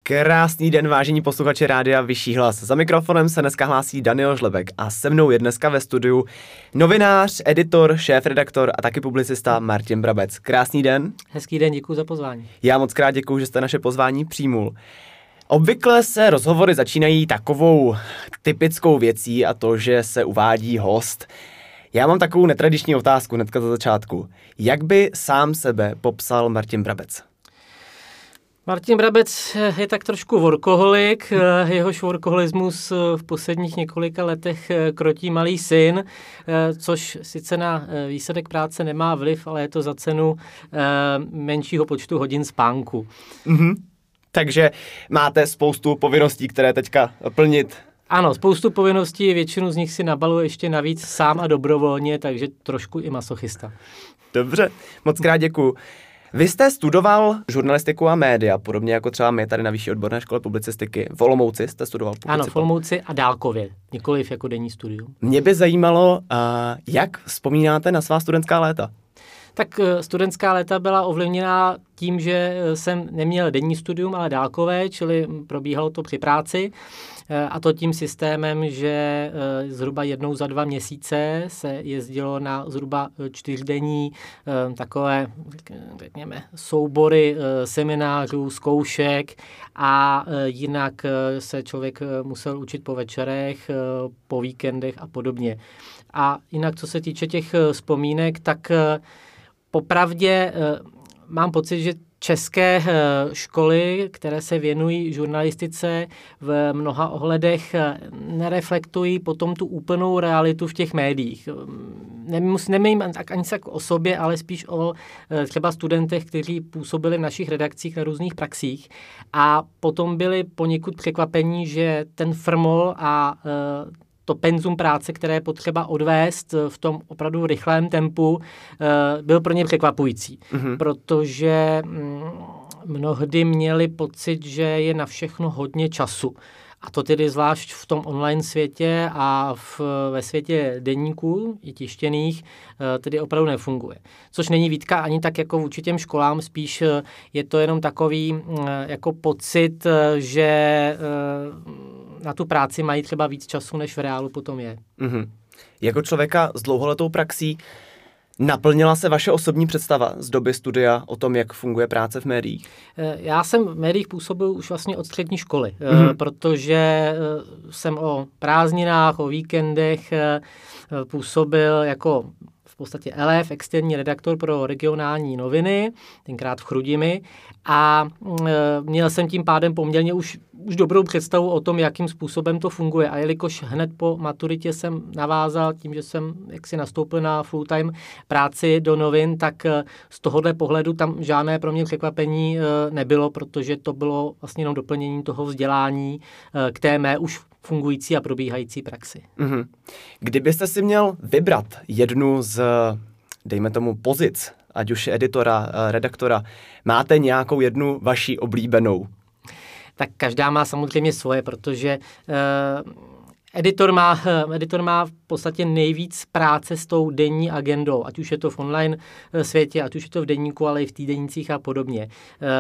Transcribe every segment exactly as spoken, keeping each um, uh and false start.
Krásný den, vážení posluchači rádia Vyšší hlas. Za mikrofonem se dneska hlásí Daniel Žlebek a se mnou je dneska ve studiu novinář, editor, šéfredaktor a taky publicista Martin Brabec. Krásný den. Hezký den, děkuji za pozvání. Já moc krát děkuji, že jste naše pozvání přijmul. Obvykle se rozhovory začínají takovou typickou věcí a to, že se uvádí host. Já mám takovou netradiční otázku hnedka za začátku. Jak by sám sebe popsal Martin Brabec? Martin Brabec je tak trošku workoholik, jehož workoholismus v posledních několika letech krotí malý syn, což sice na výsledek práce nemá vliv, ale je to za cenu menšího počtu hodin spánku. Mhm. Takže máte spoustu povinností, které teďka plnit. Ano, spoustu povinností, většinu z nich si nabaluje ještě navíc sám a dobrovolně, takže trošku i masochista. Dobře, moc krát děkuju. Vy jste studoval žurnalistiku a média, podobně jako třeba my tady na Vyšší odborné škole publicistiky. V Olomouci jste studoval publicitu. Ano, v Olomouci a dálkově, nikoliv jako denní studium. Mě by zajímalo, jak vzpomínáte na svá studentská léta? Tak studentská léta byla ovlivněná tím, že jsem neměl denní studium, ale dálkové, čili probíhalo to při práci. A to tím systémem, že zhruba jednou za dva měsíce se jezdilo na zhruba čtyřdenní takové, řekněme, soubory seminářů, zkoušek a jinak se člověk musel učit po večerech, po víkendech a podobně. A jinak, co se týče těch vzpomínek, tak popravdě mám pocit, že české školy, které se věnují žurnalistice, v mnoha ohledech nereflektují potom tu úplnou realitu v těch médiích. Nemím ani tak o sobě, ale spíš o třeba studentech, kteří působili v našich redakcích na různých praxích a potom byli poněkud překvapení, že ten frmol a to penzum práce, které je potřeba odvést v tom opravdu rychlém tempu, byl pro ně překvapující. Mm-hmm. Protože mnohdy měli pocit, že je na všechno hodně času. A to tedy zvlášť v tom online světě a v, ve světě deníků i tištěných tedy opravdu nefunguje. Což není výtka ani tak jako vůči těm školám, spíš je to jenom takový jako pocit, že na tu práci mají třeba víc času, než v reálu potom je. Mm-hmm. Jako člověka s dlouholetou praxí naplnila se vaše osobní představa z doby studia o tom, jak funguje práce v médiích? Já jsem v médiích působil už vlastně od střední školy, mm-hmm. protože jsem o prázdninách, o víkendech působil jako v podstatě el ef, externí redaktor pro regionální noviny, tenkrát v Chrudimi, a měl jsem tím pádem poměrně už, už dobrou představu o tom, jakým způsobem to funguje. A jelikož hned po maturitě jsem navázal tím, že jsem jaksi nastoupil na full-time práci do novin, tak z tohohle pohledu tam žádné pro mě překvapení nebylo, protože to bylo vlastně jenom doplnění toho vzdělání k té mé už fungující a probíhající praxi. Mm-hmm. Kdybyste si měl vybrat jednu z, dejme tomu, pozic, ať už editora, redaktora, máte nějakou jednu vaši oblíbenou? Tak každá má samozřejmě svoje, protože uh, editor má, editor má v podstatě nejvíc práce s tou denní agendou, ať už je to v online světě, ať už je to v deníku, ale i v týdenících a podobně.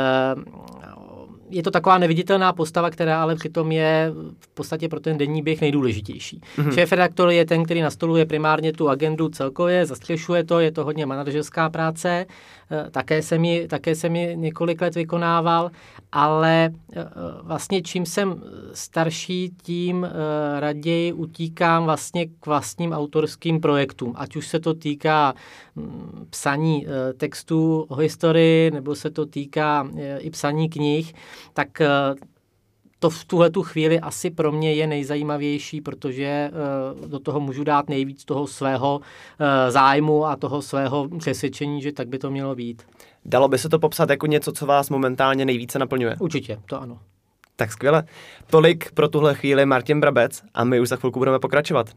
Je to taková neviditelná postava, která ale přitom je v podstatě pro ten denní běh nejdůležitější. Mm-hmm. Šéfredaktor je ten, který nastoluje primárně tu agendu celkově, zastřešuje to, je to hodně manažerská práce, také jsem ji, také jsem ji několik let vykonával, ale vlastně čím jsem starší, tím raději utíkám vlastně k vlastním autorským projektům. Ať už se to týká psaní textů o historii, nebo se to týká i psaní knih, tak to v tuhletu chvíli asi pro mě je nejzajímavější, protože do toho můžu dát nejvíc toho svého zájmu a toho svého přesvědčení, že tak by to mělo být. Dalo by se to popsat jako něco, co vás momentálně nejvíce naplňuje? Určitě, to ano. Tak skvěle. Tolik pro tuhle chvíli Martin Brabec a my už za chvilku budeme pokračovat.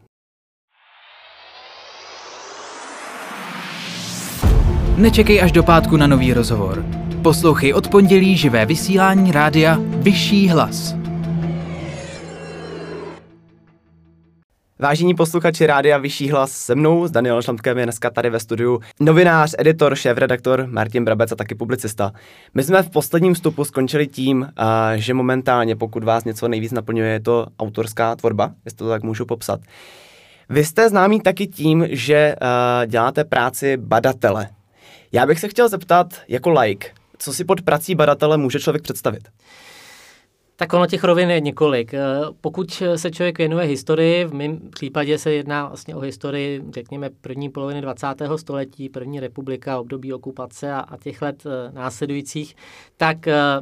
Nečekej až do pátku na nový rozhovor. Poslouchej od pondělí živé vysílání rádia Vyšší hlas. Vážení posluchači Rádia Vyšší hlas, se mnou, s Danielem Šlampkem je dneska tady ve studiu novinář, editor, šéfredaktor Martin Brabec a taky publicista. My jsme v posledním vstupu skončili tím, že momentálně, pokud vás něco nejvíc naplňuje, je to autorská tvorba, jestli to tak můžu popsat. Vy jste známý taky tím, že děláte práci badatele. Já bych se chtěl zeptat jako laik, co si pod prací badatele může člověk představit? Tak ono těch rovin je několik. Pokud se člověk věnuje historii, v mém případě se jedná vlastně o historii, řekněme, první poloviny dvacátého století, první republika, období okupace a, a těch let následujících, tak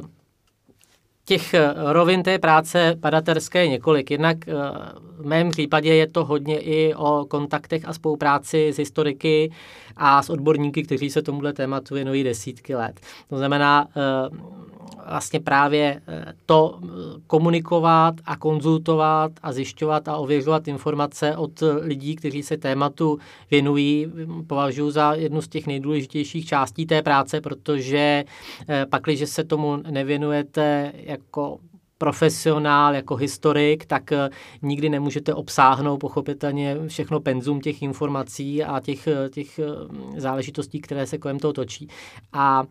těch rovin té práce badatelské je několik. Jednak v mém případě je to hodně i o kontaktech a spolupráci s historiky a s odborníky, kteří se tomuhle tématu věnují desítky let. To znamená vlastně právě to komunikovat a konzultovat a zjišťovat a ověřovat informace od lidí, kteří se tématu věnují, považuji za jednu z těch nejdůležitějších částí té práce, protože pakliže se tomu nevěnujete jako profesionál, jako historik, tak nikdy nemůžete obsáhnout pochopitelně všechno penzum těch informací a těch, těch záležitostí, které se kolem toho točí. A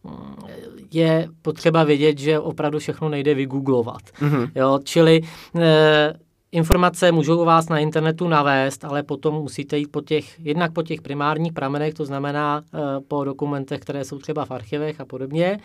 je potřeba vědět, že opravdu všechno nejde vygooglovat. Mm-hmm. Jo, čili e, informace můžou vás na internetu navést, ale potom musíte jít po těch, jednak po těch primárních pramenech, to znamená e, po dokumentech, které jsou třeba v archivech a podobně.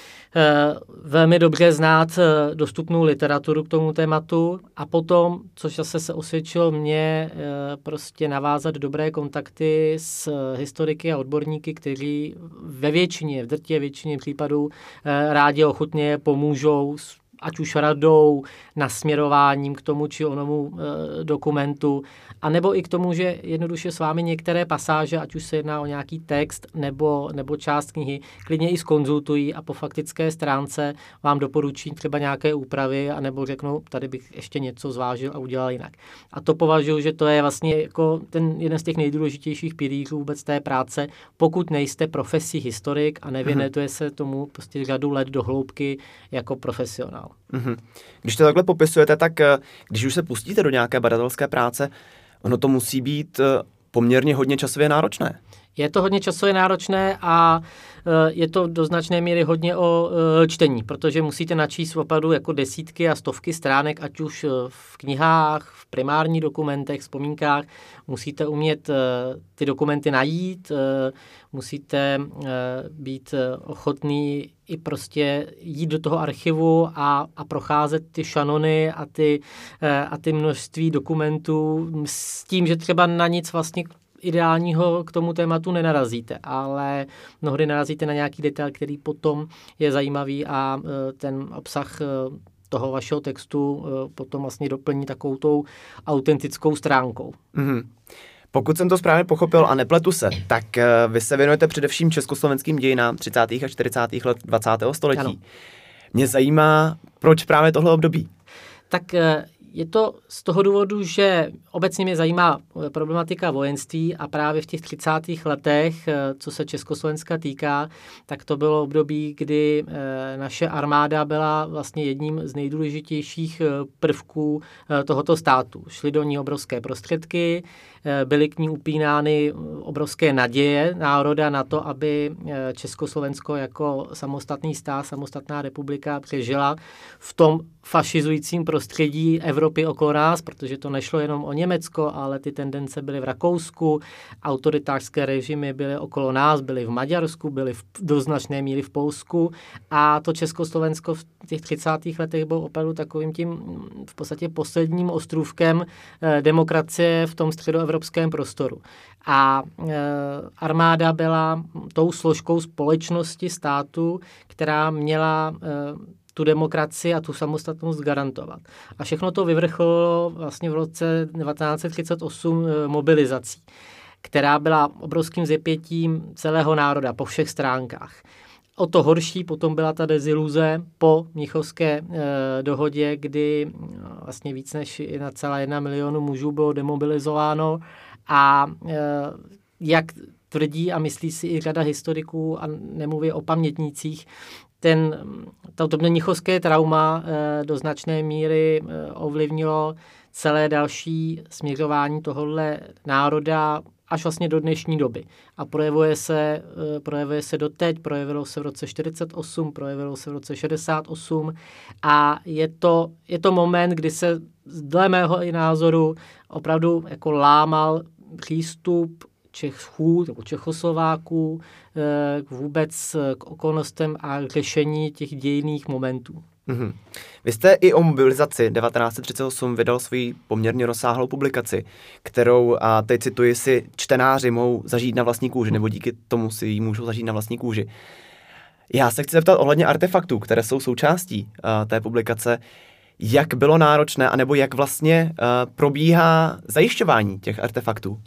Velmi dobře znát dostupnou literaturu k tomu tématu a potom, což zase se osvědčilo mně, prostě navázat dobré kontakty s historiky a odborníky, kteří ve většině, v drtivé většině případů rádi ochotně pomůžou, ať už radou, nasměrováním k tomu či onomu e, dokumentu, anebo i k tomu, že jednoduše s vámi některé pasáže, ať už se jedná o nějaký text nebo, nebo část knihy, klidně i zkonzultují a po faktické stránce vám doporučí třeba nějaké úpravy, anebo řeknou, tady bych ještě něco zvážil a udělal jinak. A to považuji, že to je vlastně jako ten jeden z těch nejdůležitějších pilířů vůbec té práce, pokud nejste profesí historik a nevěnujete mm-hmm. se tomu prostě řadu let do hloubky jako profesionál. Mm-hmm. Když to takhle popisujete, tak když už se pustíte do nějaké badatelské práce, ono to musí být poměrně hodně časově náročné. Je to hodně časově náročné a je to do značné míry hodně o čtení, protože musíte načíst opravdu jako desítky a stovky stránek, ať už v knihách, v primárních dokumentech, vzpomínkách. Musíte umět ty dokumenty najít, musíte být ochotný i prostě jít do toho archivu a, a procházet ty šanony a ty, a ty množství dokumentů s tím, že třeba na nic vlastně ideálního k tomu tématu nenarazíte, ale mnohdy narazíte na nějaký detail, který potom je zajímavý a ten obsah toho vašeho textu potom vlastně doplní takovou tou autentickou stránkou. Mm-hmm. Pokud jsem to správně pochopil a nepletu se, tak vy se věnujete především československým dějinám třicátých a čtyřicátých let dvacátého století. Ano. Mě zajímá, proč právě tohle období? Tak je to z toho důvodu, že obecně mě zajímá problematika vojenství a právě v těch třicátých letech, co se Československa týká, tak to bylo období, kdy naše armáda byla vlastně jedním z nejdůležitějších prvků tohoto státu. Šly do ní obrovské prostředky, byly k ní upínány obrovské naděje národa na to, aby Československo jako samostatný stát, samostatná republika přežila v tom fašizujícím prostředí Evropy okolo nás, protože to nešlo jenom o Německo, ale ty tendence byly v Rakousku, autoritářské režimy byly okolo nás, byly v Maďarsku, byly v, do značné míry v Polsku a to Československo v těch třicátých letech bylo opravdu takovým tím v podstatě posledním ostrůvkem eh, demokracie v tom středoevropském prostoru. A e, armáda byla tou složkou společnosti státu, která měla e, tu demokracii a tu samostatnost garantovat. A všechno to vyvrcholilo vlastně v roce devatenáct set třicet osm e, mobilizací, která byla obrovským zepětím celého národa po všech stránkách. O to horší potom byla ta deziluze po Mnichovské e, dohodě, kdy vlastně víc než jedna celá jedna milionu mužů bylo demobilizováno a e, jak tvrdí a myslí si i řada historiků a nemluvě o pamětnících, ten, to, to mnichovské trauma do značné míry ovlivnilo celé další směřování tohohle národa až vlastně do dnešní doby. A projevuje se, projevuje se doteď, projevilo se v roce čtyřicet osm, projevilo se v roce šedesát osm a je to, je to moment, kdy se dle mého i názoru opravdu jako lámal přístup Čechů nebo Čechoslováků vůbec k okolnostem a řešení těch dějinných momentů. Mm-hmm. Vy jste i o mobilizaci devatenáct set třicet osm vydal svoji poměrně rozsáhlou publikaci, kterou, a teď cituji, si čtenáři mohou zažít na vlastní kůži, nebo díky tomu si ji můžou zažít na vlastní kůži. Já se chci zeptat ohledně artefaktů, které jsou součástí uh, té publikace, jak bylo náročné, anebo jak vlastně uh, probíhá zajišťování těch artefaktů?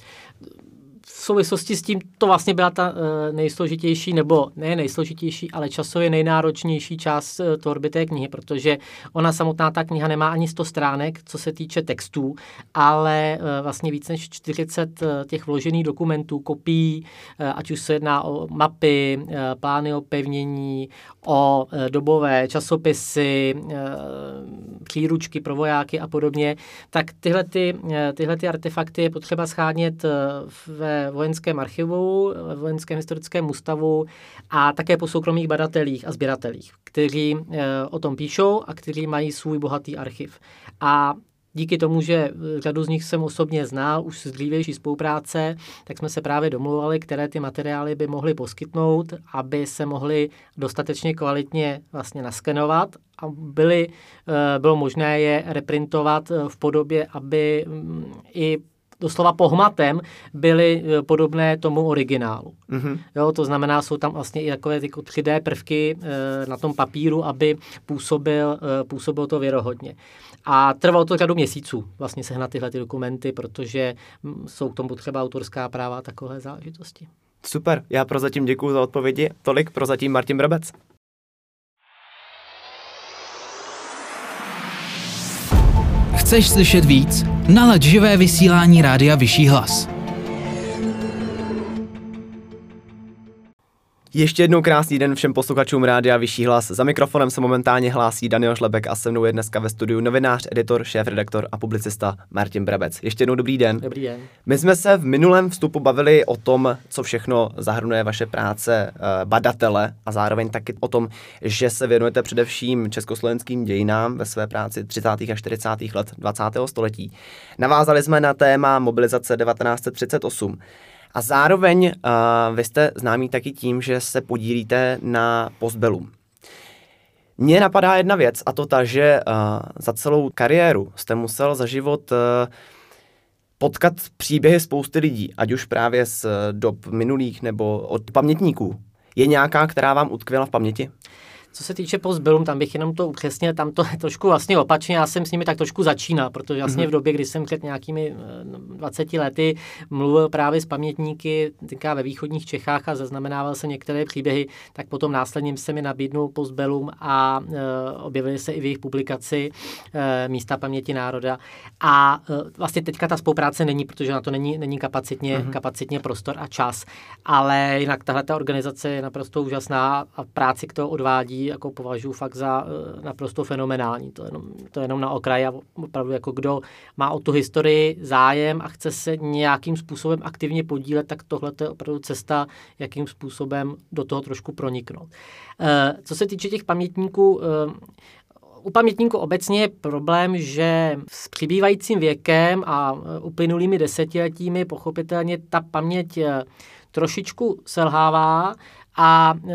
V souvislosti s tím to vlastně byla ta uh, nejsložitější, nebo ne nejsložitější, ale časově nejnáročnější část uh, tvorby té knihy, protože ona samotná ta kniha nemá ani sto stránek, co se týče textů, ale uh, vlastně víc než čtyřicet uh, těch vložených dokumentů, kopií, uh, ať už se jedná o mapy, uh, plány opevnění, o uh, dobové časopisy, uh, příručky pro vojáky a podobně, tak tyhle, ty, uh, tyhle ty artefakty je potřeba schánět uh, ve vojenském archivu, ve vojenském historickém ústavu a také po soukromých badatelích a sběratelích, kteří e, o tom píšou a kteří mají svůj bohatý archiv. A díky tomu, že řadu z nich jsem osobně znal už z dřívější spolupráce, tak jsme se právě domluvali, které ty materiály by mohly poskytnout, aby se mohly dostatečně kvalitně vlastně naskenovat a byly, e, bylo možné je reprintovat v podobě, aby m, i doslova pohmatem byly podobné tomu originálu. Mm-hmm. Jo, to znamená, jsou tam vlastně i takové jako tři dé prvky e, na tom papíru, aby působil, e, působil to věrohodně. A trvalo to řadu měsíců vlastně sehnat tyhle ty dokumenty, protože m, jsou k tomu potřeba autorská práva a takové záležitosti. Super, já prozatím děkuju za odpovědi. Tolik prozatím Martin Brabec. Chceš slyšet víc? Nalaď živé vysílání Rádia Vyšší hlas. Ještě jednou krásný den všem posluchačům Rádia Vyšší hlas. Za mikrofonem se momentálně hlásí Daniel Šlebek a se mnou je dneska ve studiu novinář, editor, šéfredaktor a publicista Martin Brabec. Ještě jednou dobrý den. Dobrý den. My jsme se v minulém vstupu bavili o tom, co všechno zahrnuje vaše práce badatele a zároveň taky o tom, že se věnujete především československým dějinám ve své práci třicátých a čtyřicátých let dvacátého století. Navázali jsme na téma mobilizace devatenáct set třicet osm. A zároveň uh, vy jste známí taky tím, že se podílíte na Postbellum. Mně napadá jedna věc, a to ta, že uh, za celou kariéru jste musel za život uh, potkat příběhy spousty lidí, ať už právě z dob minulých nebo od pamětníků. Je nějaká, která vám utkvěla v paměti? Co se týče Postbellum, tam bych jenom to upřesnil, tam to je trošku vlastně opačně, já jsem s nimi tak trošku začínal, protože vlastně mm-hmm. v době, kdy jsem před nějakými dvaceti lety mluvil právě s pamětníky týká ve východních Čechách a zaznamenával se některé příběhy, tak potom následně se mi nabídnul Postbellum a e, objevily se i v jejich publikaci e, Místa paměti národa. A e, vlastně teďka ta spolupráce není, protože na to není, není kapacitně, mm-hmm. kapacitně prostor a čas, ale jinak tahle ta organizace je naprosto úžasná a práci, kterou odvádí, jako považuji fakt za uh, naprosto fenomenální. To je jenom, to je jenom na okraji a opravdu jako kdo má o tu historii zájem a chce se nějakým způsobem aktivně podílet, tak tohle je opravdu cesta, jakým způsobem do toho trošku proniknout. Uh, co se týče těch pamětníků, uh, u pamětníků obecně je problém, že s přibývajícím věkem a uplynulými desetiletími pochopitelně ta paměť uh, trošičku selhává a uh,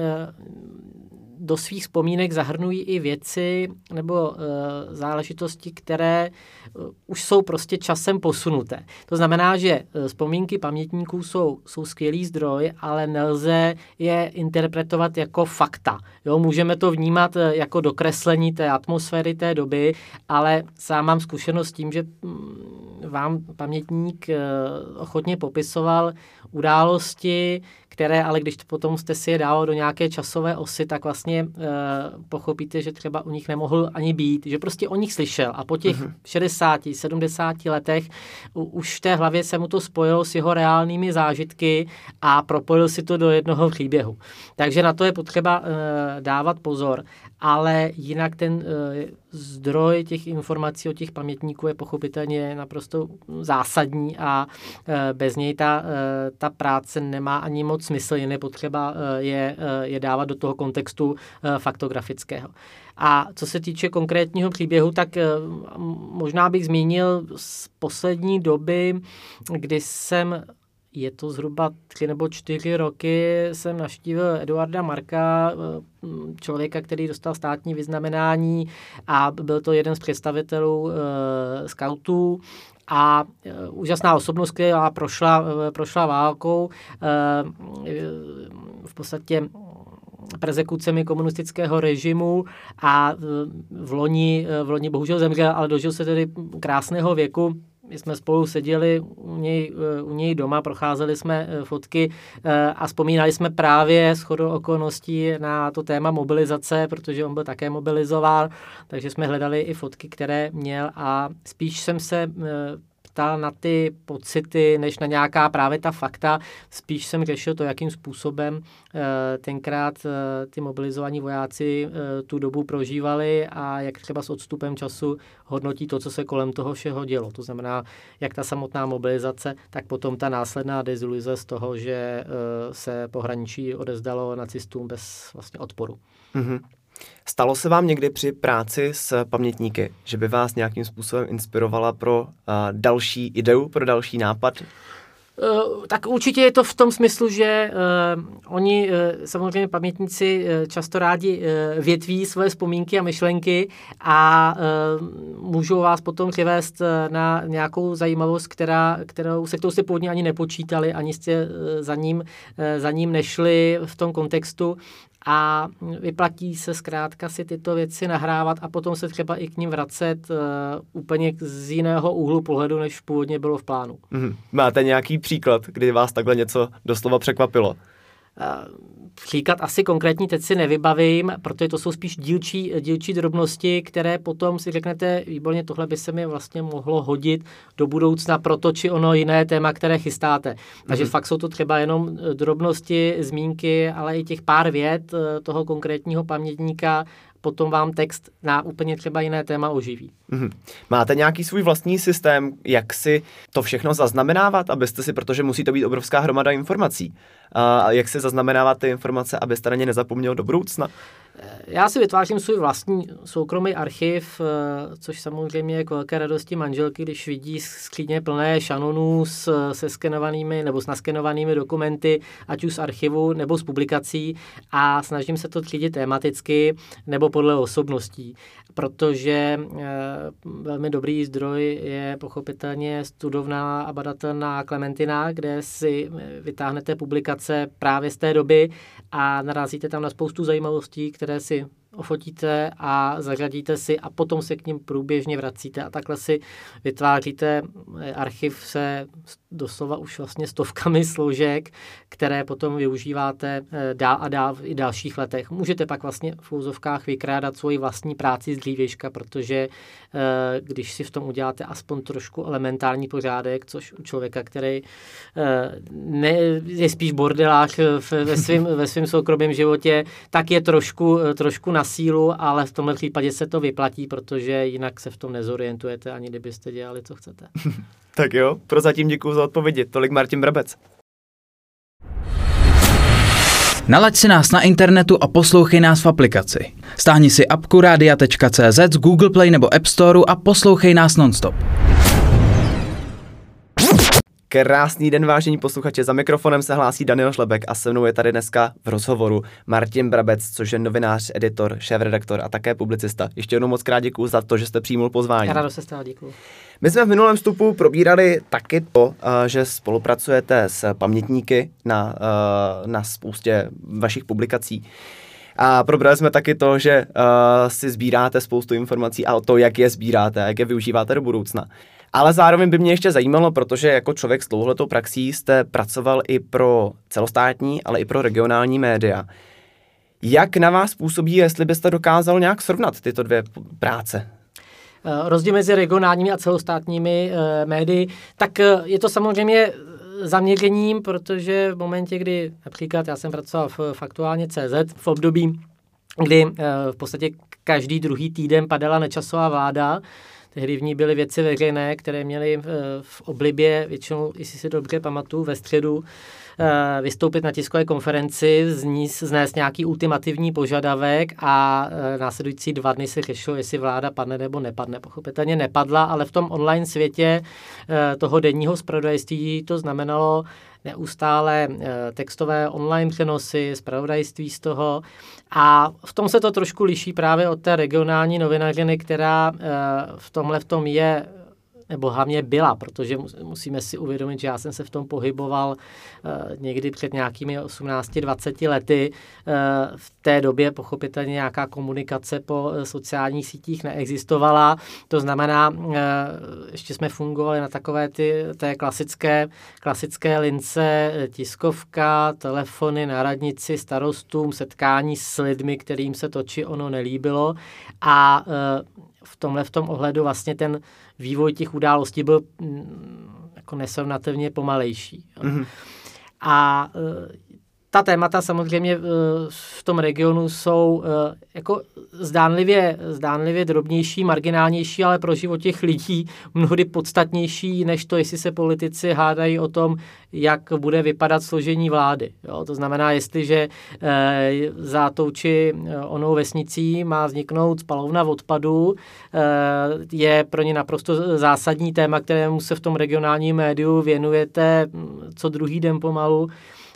do svých vzpomínek zahrnují i věci nebo e, záležitosti, které e, už jsou prostě časem posunuté. To znamená, že e, vzpomínky pamětníků jsou, jsou skvělý zdroj, ale nelze je interpretovat jako fakta. Jo, můžeme to vnímat e, jako dokreslení té atmosféry té doby, ale sám mám zkušenost s tím, že mm, vám pamětník e, ochotně popisoval události, které ale když potom jste si je dál do nějaké časové osy, tak vlastně uh, pochopíte, že třeba u nich nemohl ani být, že prostě o nich slyšel a po těch uh-huh. šedesáti, sedmdesáti letech u, už v té hlavě se mu to spojilo s jeho reálnými zážitky a propojil si to do jednoho příběhu. Takže na to je potřeba uh, dávat pozor, ale jinak ten uh, zdroj těch informací od těch pamětníků je pochopitelně naprosto zásadní a uh, bez něj ta, uh, ta práce nemá ani moc smysl, jen je potřeba uh, je, uh, je dávat do toho kontextu uh, faktografického. A co se týče konkrétního příběhu, tak uh, možná bych zmínil z poslední doby, kdy jsem je to zhruba tři nebo čtyři roky, jsem navštívil Eduarda Marka, člověka, který dostal státní vyznamenání a byl to jeden z představitelů uh, skautů a uh, úžasná osobnost, která prošla, uh, prošla válkou, uh, v podstatě persekucemi komunistického režimu a v loni, v loni bohužel zemřel, ale dožil se tedy krásného věku. My jsme spolu seděli u něj, u něj doma, procházeli jsme fotky a vzpomínali jsme právě shodou okolností na to téma mobilizace, protože on byl také mobilizován, takže jsme hledali i fotky, které měl a spíš jsem se ptal na ty pocity, než na nějaká právě ta fakta. Spíš jsem řešil to, jakým způsobem tenkrát ty mobilizovaní vojáci tu dobu prožívali a jak třeba s odstupem času hodnotí to, co se kolem toho všeho dělo. To znamená, jak ta samotná mobilizace, tak potom ta následná deziluze z toho, že se pohraničí odezdalo nacistům bez vlastně odporu. Mm-hmm. Stalo se vám někdy při práci s pamětníky, že by vás nějakým způsobem inspirovala pro uh, další ideu, pro další nápad? Uh, tak určitě je to v tom smyslu, že uh, oni, uh, samozřejmě pamětníci, uh, často rádi uh, větví své vzpomínky a myšlenky a uh, můžou vás potom přivést uh, na nějakou zajímavost, která, kterou, se kterou jste původně ani nepočítali, ani jste uh, za, ním, uh, za ním nešli v tom kontextu. A vyplatí se zkrátka si tyto věci nahrávat a potom se třeba i k ním vracet uh, úplně z jiného úhlu pohledu, než původně bylo v plánu. Mm-hmm. Máte nějaký příklad, kdy vás takhle něco doslova překvapilo? Uh, příklad asi konkrétní teď si nevybavím, protože to jsou spíš dílčí, dílčí drobnosti, které potom si řeknete, výborně, tohle by se mi vlastně mohlo hodit do budoucna pro to, či ono jiné téma, které chystáte. Takže mm-hmm. fakt jsou to třeba jenom drobnosti, zmínky, ale i těch pár vět toho konkrétního pamětníka, potom vám text na úplně třeba jiné téma oživí. Mm-hmm. Máte nějaký svůj vlastní systém, jak si to všechno zaznamenávat, abyste si, protože musí to být obrovská hromada informací, a jak si zaznamenávat ty informace, abyste na ně nezapomněl do budoucna? Já si vytvářím svůj vlastní soukromý archiv, což samozřejmě je k velké radosti manželky, když vidí skříně plné šanonů s, se skenovanými nebo s naskenovanými dokumenty, ať už z archivu nebo z publikací a snažím se to třídit tematicky nebo podle osobností, protože e, velmi dobrý zdroj je pochopitelně studovná a badatelná Klementina, kde si vytáhnete publikace právě z té doby a narazíte tam na spoustu zajímavostí, které si ofotíte a zařadíte si a potom se k ním průběžně vracíte a takhle si vytváříte archiv se doslova už vlastně stovkami složek, které potom využíváte dál a dál v dalších letech. Můžete pak vlastně v úzovkách vykrádat svoji vlastní práci z dřívějška, protože když si v tom uděláte aspoň trošku elementární pořádek, což u člověka, který ne, je spíš bordelář ve svém ve svém soukromém životě, tak je trošku, trošku na sílu, ale v tomhle případě se to vyplatí, protože jinak se v tom nezorientujete, ani kdybyste dělali, co chcete. Tak jo, prozatím děkuju za odpovědi. Tolik Martin Brabec. Nalaď si nás na internetu a poslouchej nás v aplikaci. Stáhni si apku radia tečka cé zet z Google Play nebo App Store a poslouchej nás nonstop. Krásný den, vážení posluchači, za mikrofonem se hlásí Daniel Šlebek a se mnou je tady dneska v rozhovoru Martin Brabec, což je novinář, editor, šéfredaktor a také publicista. Ještě jednou moc krát děkuju za to, že jste přijmul pozvání. Rádo se stalo, děkuju. My jsme v minulém vstupu probírali taky to, že spolupracujete s pamětníky na, na spoustě vašich publikací. A probrali jsme taky to, že uh, si sbíráte spoustu informací a o to, jak je sbíráte a jak je využíváte do budoucna. Ale zároveň by mě ještě zajímalo, protože jako člověk s dlouholetou praxí jste pracoval i pro celostátní, ale i pro regionální média. Jak na vás působí, jestli byste dokázal nějak srovnat tyto dvě práce? Rozdíl mezi regionálními a celostátními e, médii, tak e, je to samozřejmě zaměřením, protože v momentě, kdy například já jsem pracoval v, v aktuálně C Z, v období, kdy e, v podstatě každý druhý týden padala Nečasova vláda, tehdy v ní byly Věci veřejné, které měly v, v oblibě, většinou, jestli si dobře pamatuju, ve středu, vystoupit na tiskové konferenci, znést nějaký ultimativní požadavek a následující dva dny se řešilo, jestli vláda padne nebo nepadne. Pochopitelně nepadla, ale v tom online světě toho denního zpravodajství to znamenalo neustále textové online přenosy, zpravodajství z toho a v tom se to trošku liší právě od té regionální novinařiny, která v tomhle v tom je nebo hlavně byla, protože musíme si uvědomit, že já jsem se v tom pohyboval uh, někdy před nějakými osmnácti dvaceti lety. Uh, v té době pochopitelně nějaká komunikace po uh, sociálních sítích neexistovala. To znamená, uh, ještě jsme fungovali na takové ty, té klasické, klasické lince, tiskovka, telefony na radnici, starostům, setkání s lidmi, kterým se to či ono nelíbilo. A uh, v tomhle v tom ohledu vlastně ten vývoj těch událostí byl mm, jako nesrovnatelně pomalejší. Mm-hmm. A e, ta témata samozřejmě e, v tom regionu jsou e, jako zdánlivě, zdánlivě drobnější, marginálnější, ale pro život těch lidí mnohdy podstatnější, než to, jestli se politici hádají o tom, jak bude vypadat složení vlády. Jo? To znamená, jestliže e, za tou či onou vesnicí má vzniknout spalovna odpadu, e, je pro ně naprosto zásadní téma, kterému se v tom regionálním médiu věnujete co druhý den pomalu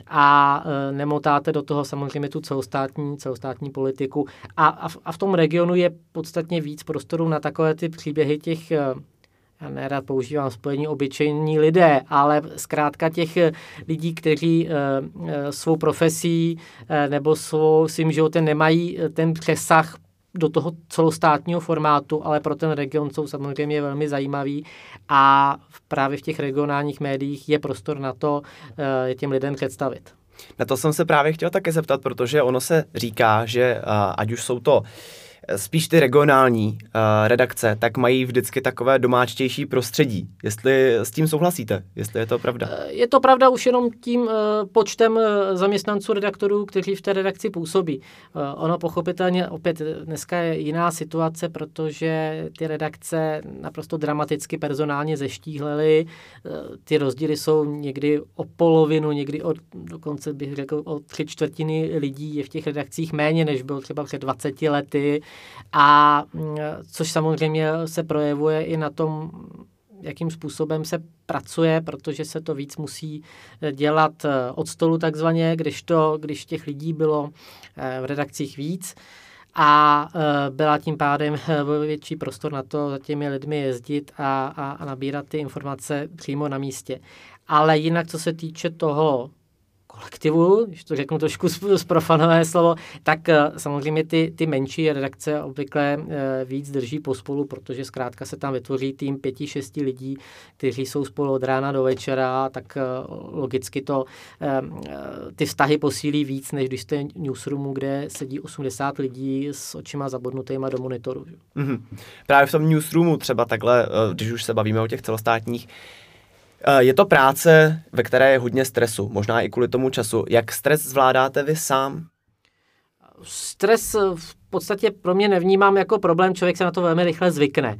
a e, nemotáte do toho samozřejmě tu celostátní, celostátní politiku. A, a, v, a v tom regionu je podstatně víc prostoru na takové ty příběhy těch, e, já nerad používám spojení obyčejní lidé, ale zkrátka těch lidí, kteří e, e, svou profesí e, nebo svou, svým životem nemají ten přesah do toho celostátního formátu, ale pro ten region jsou samozřejmě velmi zajímavý a právě v těch regionálních médiích je prostor na to je těm lidem představit. Na to jsem se právě chtěl také zeptat, protože ono se říká, že ať už jsou to spíš ty regionální uh, redakce, tak mají vždycky takové domáčtější prostředí. Jestli s tím souhlasíte? Jestli je to pravda? Je to pravda už jenom tím uh, počtem uh, zaměstnanců redaktorů, kteří v té redakci působí. Uh, ono pochopitelně opět dneska je jiná situace, protože ty redakce naprosto dramaticky personálně zeštíhlely. Uh, ty rozdíly jsou někdy o polovinu, někdy o, dokonce bych řekl o tři čtvrtiny lidí je v těch redakcích méně, než bylo třeba před dvaceti lety. A což samozřejmě se projevuje i na tom, jakým způsobem se pracuje, protože se to víc musí dělat od stolu takzvaně, když, to, když těch lidí bylo v redakcích víc a byla tím pádem větší prostor na to za těmi lidmi jezdit a, a, a nabírat ty informace přímo na místě. Ale jinak, co se týče toho kolektivu, když to řeknu trošku zprofanové slovo, tak samozřejmě ty, ty menší redakce obvykle víc drží pospolu, protože zkrátka se tam vytvoří tým pěti, šesti lidí, kteří jsou spolu od rána do večera, tak logicky to ty vztahy posílí víc, než když jste v newsroomu, kde sedí osmdesát lidí s očima zabodnutýma do monitoru. Mm-hmm. Právě v tom newsroomu třeba takhle, když už se bavíme o těch celostátních, je to práce, ve které je hodně stresu, možná i kvůli tomu času. Jak stres zvládáte vy sám? Stres v podstatě pro mě nevnímám jako problém, člověk se na to velmi rychle zvykne.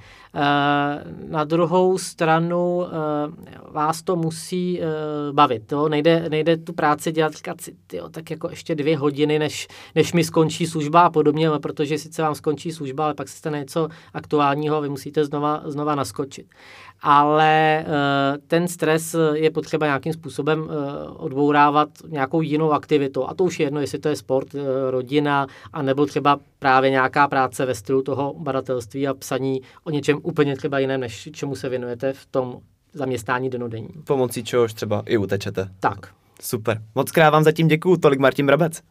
Na druhou stranu vás to musí bavit. Jo? Nejde, nejde tu práci dělat, říkat si, tyjo, tak jako ještě dvě hodiny, než, než mi skončí služba a podobně, protože sice vám skončí služba, ale pak se stane něco aktuálního a vy musíte znova, znova naskočit. Ale ten stres je potřeba nějakým způsobem odbourávat nějakou jinou aktivitou. A to už je jedno, jestli to je sport, rodina, anebo třeba právě nějaká práce ve stylu toho badatelství a psaní o něčem úplně třeba jiném, než čemu se věnujete v tom zaměstnání dennodenní. Pomocí čehož třeba i utečete. Tak. Super. Moc krát vám zatím děkuju. Tolik Martin Brabec.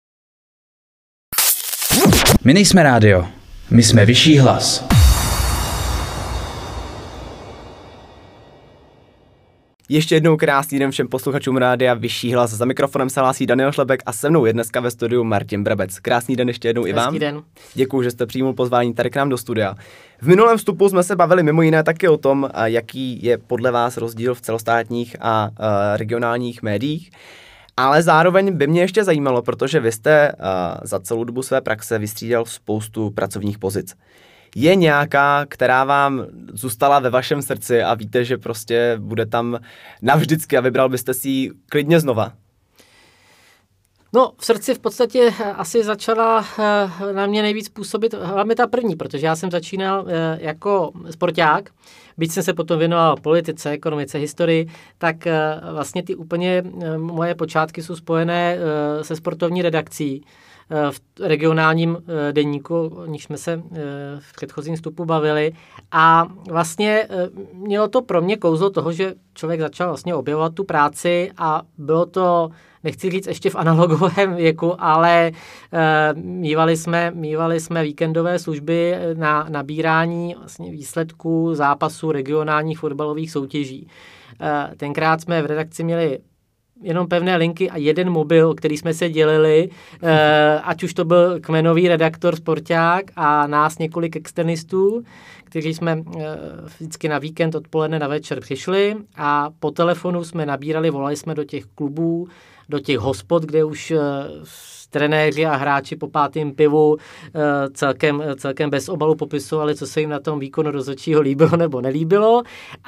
My nejsme rádio. My jsme vyšší hlas. Ještě jednou krásný den všem posluchačům rádia Vyšší hlas. Za mikrofonem se hlásí Daniel Šlebek a se mnou je dneska ve studiu Martin Brabec. Krásný den ještě jednou i vám. Hezký den. Děkuju, že jste přijmul pozvání tady k nám do studia. V minulém vstupu jsme se bavili mimo jiné taky o tom, jaký je podle vás rozdíl v celostátních a uh, regionálních médiích. Ale zároveň by mě ještě zajímalo, protože vy jste uh, za celou dobu své praxe vystřídal spoustu pracovních pozic. Je nějaká, která vám zůstala ve vašem srdci a víte, že prostě bude tam navždycky a vybral byste si ji klidně znova? No, v srdci v podstatě asi začala na mě nejvíc působit hlavně ta první, protože já jsem začínal jako sporták, byť jsem se potom věnoval politice, ekonomice, historii, tak vlastně ty úplně moje počátky jsou spojené se sportovní redakcí v regionálním deníku, o níž jsme se v předchozím vstupu bavili. A vlastně mělo to pro mě kouzlo toho, že člověk začal vlastně objevovat tu práci a bylo to, nechci říct ještě v analogovém věku, ale mívali jsme, mívali jsme víkendové služby na nabírání vlastně výsledků zápasů regionálních fotbalových soutěží. Tenkrát jsme v redakci měli jenom pevné linky a jeden mobil, o který jsme se dělili, eh, ať už to byl kmenový redaktor, sporták a nás několik externistů, kteří jsme eh, vždycky na víkend odpoledne na večer přišli a po telefonu jsme nabírali, volali jsme do těch klubů, do těch hospod, kde už eh, trenéři a hráči po pátém pivu celkem, celkem bez obalu popisovali, co se jim na tom výkonu rozhodčího líbilo nebo nelíbilo.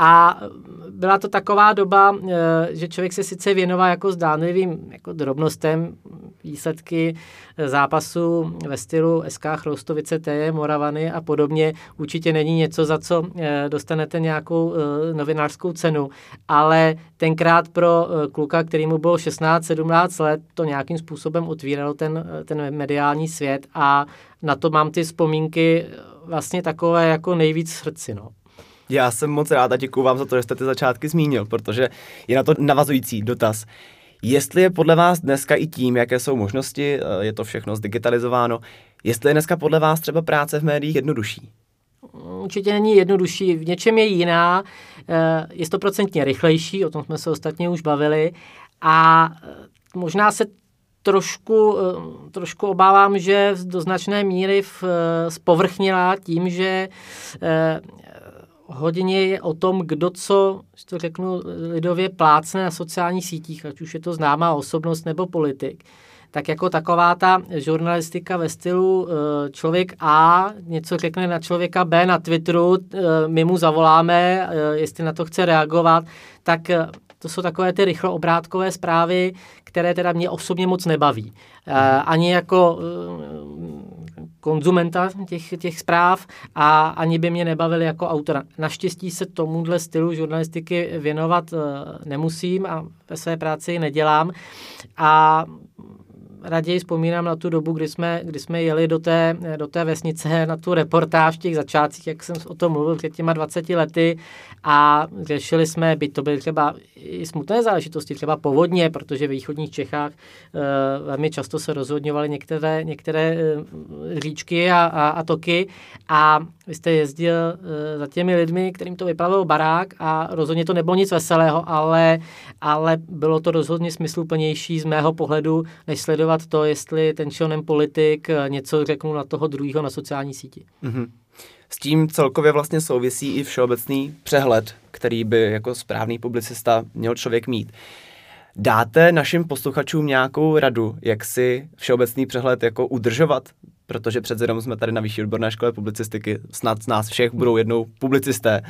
A byla to taková doba, že člověk se sice věnoval jako zdánlivým jako drobnostem, výsledky zápasu ve stylu S K Chroustovice, T J Moravany a podobně. Určitě není něco, za co dostanete nějakou novinářskou cenu, ale tenkrát pro kluka, který mu bylo šestnáct sedmnáct let, to nějakým způsobem otvíralo ten, ten mediální svět a na to mám ty vzpomínky vlastně takové jako nejvíc v srdci, no. Já jsem moc rád a děkuju vám za to, že jste ty začátky zmínil, protože je na to navazující dotaz. Jestli je podle vás dneska i tím, jaké jsou možnosti, je to všechno zdigitalizováno, jestli je dneska podle vás třeba práce v médiích jednodušší? Určitě není jednodušší, v něčem je jiná, je stoprocentně rychlejší, o tom jsme se ostatně už bavili a možná se trošku, trošku obávám, že do značné míry zpovrchnila tím, že hodně je o tom, kdo co, to řeknu lidově, plácne na sociálních sítích, ať už je to známá osobnost nebo politik. Tak jako taková ta žurnalistika ve stylu člověk A něco řekne na člověka B na Twitteru, my mu zavoláme, jestli na to chce reagovat, tak to jsou takové ty rychlooobrátkové zprávy, které teda mě osobně moc nebaví. Ani jako konzumenta těch, těch zpráv a ani by mě nebavili jako autora. Naštěstí se tomuhle stylu žurnalistiky věnovat nemusím a ve své práci nedělám a raději vzpomínám na tu dobu, kdy jsme, kdy jsme jeli do té, do té vesnice na tu reportáž v těch začátcích, jak jsem o tom mluvil před těma dvaceti lety a řešili jsme, by to byly třeba i smutné záležitosti, třeba povodně, protože v východních Čechách e, velmi často se rozhodňovaly některé, některé e, říčky a, a, a toky a vy jste jezdil e, za těmi lidmi, kterým to vyplavil barák a rozhodně to nebylo nic veselého, ale, ale bylo to rozhodně smysluplnější z mého pohledu, než sledovat to, jestli ten či onen politik něco řeknu na toho druhého na sociální síti. Mm-hmm. S tím celkově vlastně souvisí i všeobecný přehled, který by jako správný publicista měl člověk mít. Dáte našim posluchačům nějakou radu, jak si všeobecný přehled jako udržovat? Protože přece jenom jsme tady na Vyšší odborné škole publicistiky, snad z nás všech budou jednou publicisté.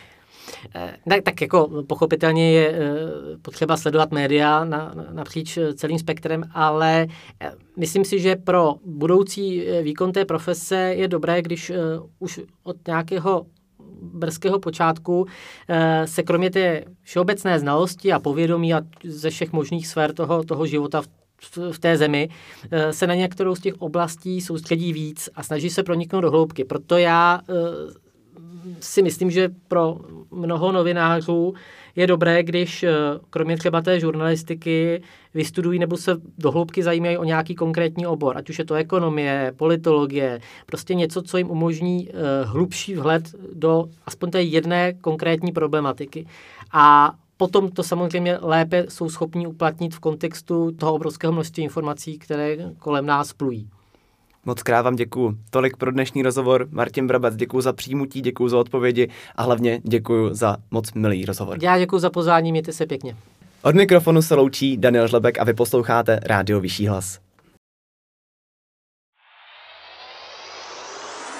Tak, tak jako pochopitelně je potřeba sledovat média na, napříč celým spektrem, ale myslím si, že pro budoucí výkon té profese je dobré, když už od nějakého brzkého počátku se kromě té všeobecné znalosti a povědomí a ze všech možných sfér toho, toho života v v té zemi, se na některou z těch oblastí soustředí víc a snaží se proniknout do hloubky. Proto já si myslím, že pro mnoho novinářů je dobré, když kromě třeba té žurnalistiky vystudují nebo se do hloubky zajímají o nějaký konkrétní obor, ať už je to ekonomie, politologie, prostě něco, co jim umožní hlubší vhled do aspoň té jedné konkrétní problematiky. A potom to samozřejmě lépe jsou schopni uplatnit v kontextu toho obrovského množství informací, které kolem nás plují. Moc krát vám děkuju. Tolik pro dnešní rozhovor. Martin Brabec, děkuju za přijmutí, děkuju za odpovědi a hlavně děkuju za moc milý rozhovor. Já děkuju za pozvání, mějte se pěkně. Od mikrofonu se loučí Daniel Žlebek a vy posloucháte Rádio Vyšší hlas.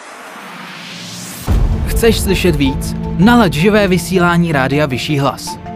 Chceš slyšet víc? Nalaď živé vysílání Rádia Vyšší hlas.